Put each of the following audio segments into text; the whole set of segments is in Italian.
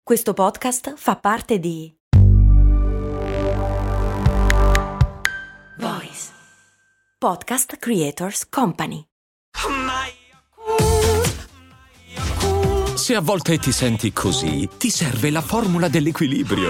Questo podcast fa parte di Voice Podcast Creators Company. Se a volte ti senti così, ti serve la formula dell'equilibrio.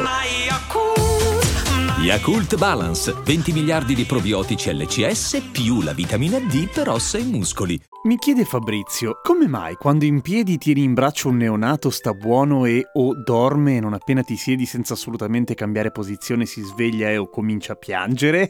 Yakult Balance, 20 miliardi di probiotici LCS più la vitamina D per ossa e muscoli. Mi chiede Fabrizio, come mai quando in piedi tieni in braccio un neonato sta buono e o dorme e non appena ti siedi senza assolutamente cambiare posizione si sveglia e o comincia a piangere?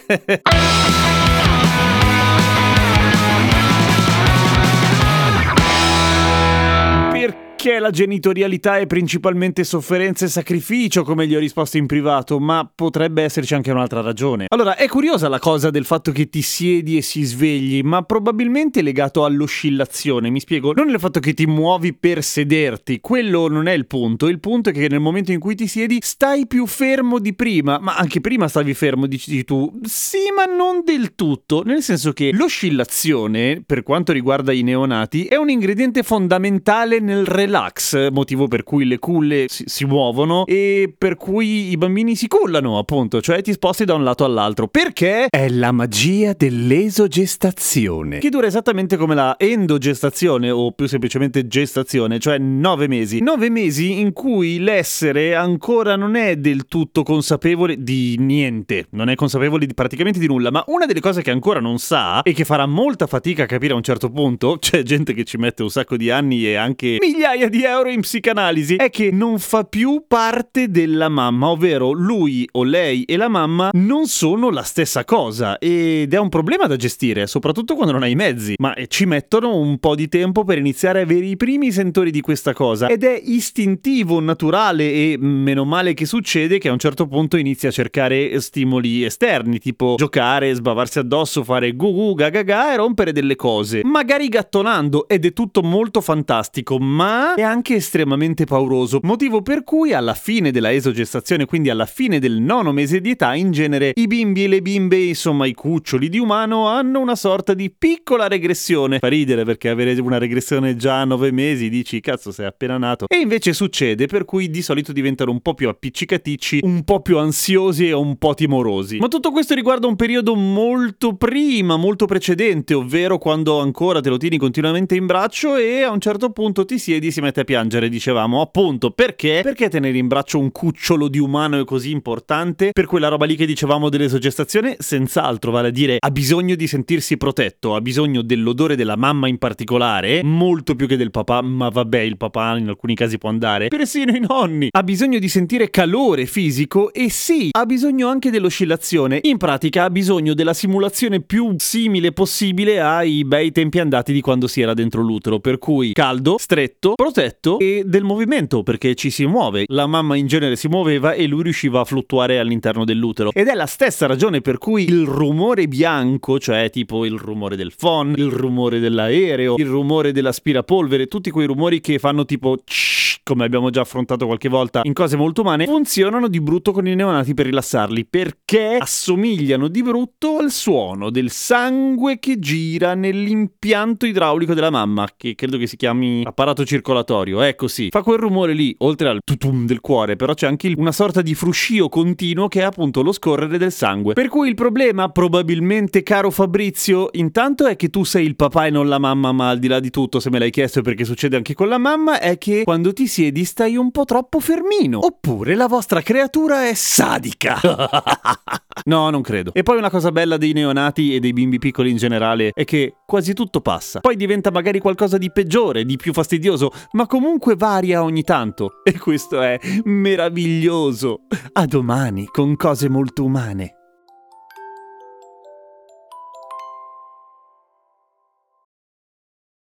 Perché la genitorialità è principalmente sofferenza e sacrificio, come gli ho risposto in privato, ma potrebbe esserci anche un'altra ragione. Allora, è curiosa la cosa del fatto che ti siedi e si svegli, ma probabilmente è legato all'oscillazione. Mi spiego, non il fatto che ti muovi per sederti, quello non è il punto è che nel momento in cui ti siedi stai più fermo di prima, ma anche prima stavi fermo, dici tu. Sì, ma non del tutto, nel senso che l'oscillazione, per quanto riguarda i neonati, è un ingrediente fondamentale nel relax, motivo per cui le culle si muovono e per cui i bambini si cullano, appunto, cioè ti sposti da un lato all'altro, perché è la magia dell'esogestazione, che dura esattamente come la endogestazione o più semplicemente gestazione, cioè 9 mesi. 9 mesi in cui l'essere ancora non è del tutto consapevole di niente, non è consapevole praticamente di nulla, ma una delle cose che ancora non sa e che farà molta fatica a capire a un certo punto, c'è gente che ci mette un sacco di anni e anche migliaia di euro in psicanalisi, è che non fa più parte della mamma, ovvero lui o lei e la mamma non sono la stessa cosa, ed è un problema da gestire, soprattutto quando non hai i mezzi, ma ci mettono un po' di tempo per iniziare a avere i primi sentori di questa cosa, ed è istintivo, naturale e meno male che succede che a un certo punto inizia a cercare stimoli esterni, tipo giocare, sbavarsi addosso, fare gu ga ga e rompere delle cose, magari gattonando, ed è tutto molto fantastico, ma è anche estremamente pauroso, motivo per cui alla fine della esogestazione, quindi alla fine del 9° mese di età, in genere i bimbi e le bimbe, insomma i cuccioli di umano, hanno una sorta di piccola regressione. Fa ridere perché avere una regressione già a 9 mesi dici cazzo sei appena nato, e invece succede, per cui di solito diventano un po' più appiccicaticci, un po' più ansiosi e un po' timorosi. Ma tutto questo riguarda un periodo molto prima, molto precedente, ovvero quando ancora te lo tieni continuamente in braccio e a un certo punto ti siedi e si mette a piangere, dicevamo, appunto, perché tenere in braccio un cucciolo di umano è così importante? Per quella roba lì che dicevamo dell'esogestazione, senz'altro, vale a dire ha bisogno di sentirsi protetto, ha bisogno dell'odore della mamma in particolare, molto più che del papà, ma vabbè, il papà in alcuni casi può andare, persino i nonni, ha bisogno di sentire calore fisico e sì, ha bisogno anche dell'oscillazione, in pratica ha bisogno della simulazione più simile possibile ai bei tempi andati di quando si era dentro l'utero, per cui caldo, stretto, protetto e del movimento, perché ci si muove. La mamma in genere si muoveva e lui riusciva a fluttuare all'interno dell'utero, ed è la stessa ragione per cui il rumore bianco, cioè tipo il rumore del phon, il rumore dell'aereo, il rumore dell'aspirapolvere, tutti quei rumori che fanno tipo come abbiamo già affrontato qualche volta in cose molto umane, funzionano di brutto con i neonati per rilassarli, perché assomigliano di brutto al suono del sangue che gira nell'impianto idraulico della mamma, che credo che si chiami apparato circolatorio, ecco sì, fa quel rumore lì, oltre al tutum del cuore, però c'è anche una sorta di fruscio continuo che è appunto lo scorrere del sangue. Per cui il problema, probabilmente, caro Fabrizio, intanto è che tu sei il papà e non la mamma, ma al di là di tutto, se me l'hai chiesto perché succede anche con la mamma, è che quando ti siedi stai un po' troppo fermino, oppure la vostra creatura è sadica. No, non credo. E poi una cosa bella dei neonati e dei bimbi piccoli in generale è che quasi tutto passa, poi diventa magari qualcosa di peggiore, di più fastidioso, ma comunque varia ogni tanto, e questo è meraviglioso. A domani con cose molto umane.